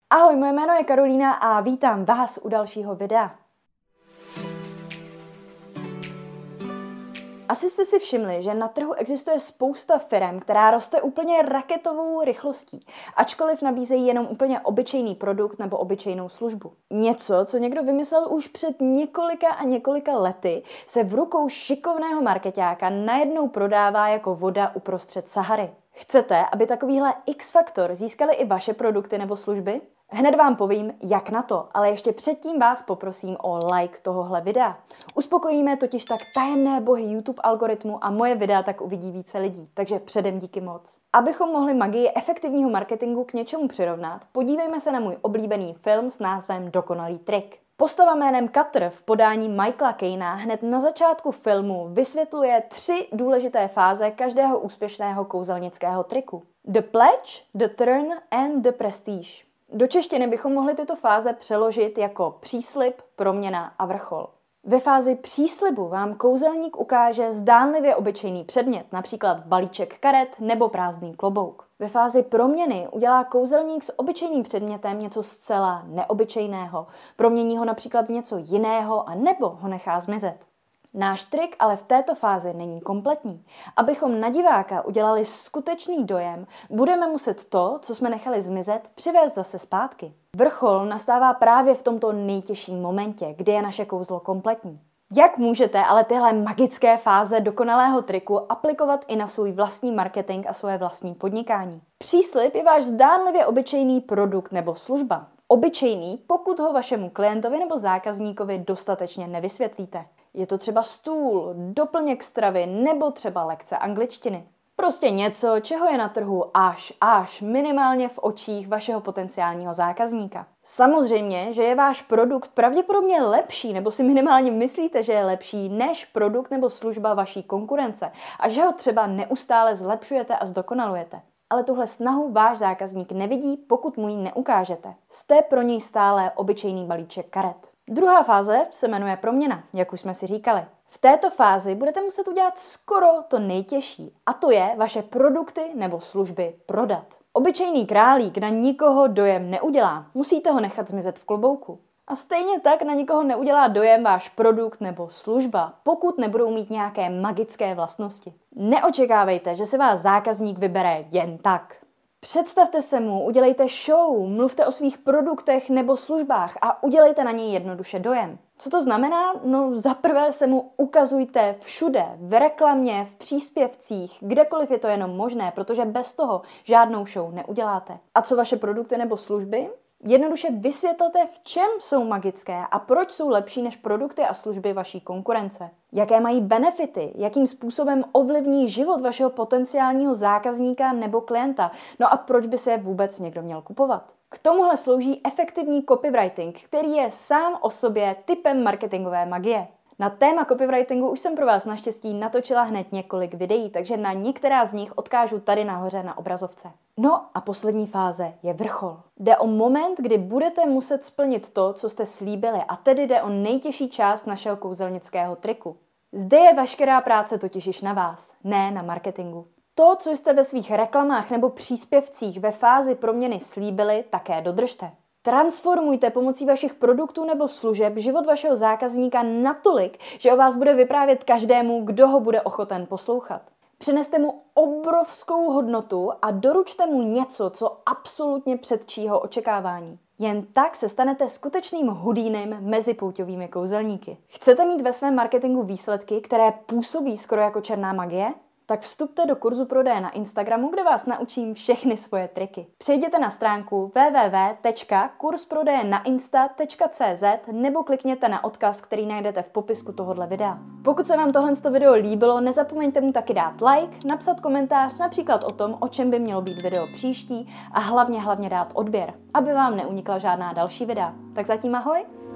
Ahoj, moje jméno je Karolína a vítám vás u dalšího videa. Asi jste si všimli, že na trhu existuje spousta firem, která roste úplně raketovou rychlostí, ačkoliv nabízejí jenom úplně obyčejný produkt nebo obyčejnou službu. Něco, co někdo vymyslel už před několika lety, se v rukou šikovného markeťáka najednou prodává jako voda uprostřed Sahary. Chcete, aby takovýhle X-faktor získali i vaše produkty nebo služby? Hned vám povím, jak na to, ale ještě předtím vás poprosím o like tohohle videa. Uspokojíme totiž tak tajemné bohy YouTube algoritmu a moje videa tak uvidí více lidí, takže předem díky moc. Abychom mohli magii efektivního marketingu k něčemu přirovnat, podívejme se na můj oblíbený film s názvem Dokonalý trik. Postava jménem Cutter v podání Michaela Caina hned na začátku filmu vysvětluje 3 důležité fáze každého úspěšného kouzelnického triku. The pledge, the turn and the prestige. Do češtiny bychom mohli tyto fáze přeložit jako příslib, proměna a vrchol. Ve fázi příslibu vám kouzelník ukáže zdánlivě obyčejný předmět, například balíček karet nebo prázdný klobouk. Ve fázi proměny udělá kouzelník s obyčejným předmětem něco zcela neobyčejného, promění ho například v něco jiného a nebo ho nechá zmizet. Náš trik ale v této fázi není kompletní. Abychom na diváka udělali skutečný dojem, budeme muset to, co jsme nechali zmizet, přivést zase zpátky. Vrchol nastává právě v tomto nejtěžším momentě, kdy je naše kouzlo kompletní. Jak můžete ale tyhle magické fáze dokonalého triku aplikovat i na svůj vlastní marketing a svoje vlastní podnikání? Příslib je váš zdánlivě obyčejný produkt nebo služba. Obyčejný, pokud ho vašemu klientovi nebo zákazníkovi dostatečně nevysvětlíte. Je to třeba stůl, doplněk stravy nebo třeba lekce angličtiny. Prostě něco, čeho je na trhu až minimálně v očích vašeho potenciálního zákazníka. Samozřejmě, že je váš produkt pravděpodobně lepší, nebo si minimálně myslíte, že je lepší než produkt nebo služba vaší konkurence a že ho třeba neustále zlepšujete a zdokonalujete. Ale tuhle snahu váš zákazník nevidí, pokud mu ji neukážete. Jste pro něj stále obyčejný balíček karet. Druhá fáze se jmenuje proměna, jak už jsme si říkali. V této fázi budete muset udělat skoro to nejtěžší, a to je vaše produkty nebo služby prodat. Obyčejný králík na nikoho dojem neudělá, musíte ho nechat zmizet v klobouku. A stejně tak na nikoho neudělá dojem váš produkt nebo služba, pokud nebudou mít nějaké magické vlastnosti. Neočekávejte, že se vás zákazník vybere jen tak. Představte se mu, udělejte show, mluvte o svých produktech nebo službách a udělejte na něj jednoduše dojem. Co to znamená? No zaprvé se mu ukazujte všude, v reklamě, v příspěvcích, kdekoliv je to jenom možné, protože bez toho žádnou show neuděláte. A co vaše produkty nebo služby? Jednoduše vysvětlete, v čem jsou magické a proč jsou lepší než produkty a služby vaší konkurence. Jaké mají benefity, jakým způsobem ovlivní život vašeho potenciálního zákazníka nebo klienta, no a proč by se je vůbec někdo měl kupovat. K tomuhle slouží efektivní copywriting, který je sám o sobě typem marketingové magie. Na téma copywritingu už jsem pro vás naštěstí natočila hned několik videí, takže na některá z nich odkážu tady nahoře na obrazovce. No a poslední fáze je vrchol. Jde o moment, kdy budete muset splnit to, co jste slíbili, a tedy jde o nejtěžší část našeho kouzelnického triku. Zde je veškerá práce totiž již na vás, ne na marketingu. To, co jste ve svých reklamách nebo příspěvcích ve fázi proměny slíbili, také dodržte. Transformujte pomocí vašich produktů nebo služeb život vašeho zákazníka natolik, že o vás bude vyprávět každému, kdo ho bude ochoten poslouchat. Přineste mu obrovskou hodnotu a doručte mu něco, co absolutně předčí jeho očekávání. Jen tak se stanete skutečným Houdinem mezi pouťovými kouzelníky. Chcete mít ve svém marketingu výsledky, které působí skoro jako černá magie? Tak vstupte do kurzu prodeje na Instagramu, kde vás naučím všechny svoje triky. Přejděte na stránku www.kursprodejenainsta.cz nebo klikněte na odkaz, který najdete v popisku tohohle videa. Pokud se vám tohle video líbilo, nezapomeňte mu taky dát like, napsat komentář například o tom, o čem by mělo být video příští a hlavně dát odběr, aby vám neunikla žádná další videa. Tak zatím ahoj!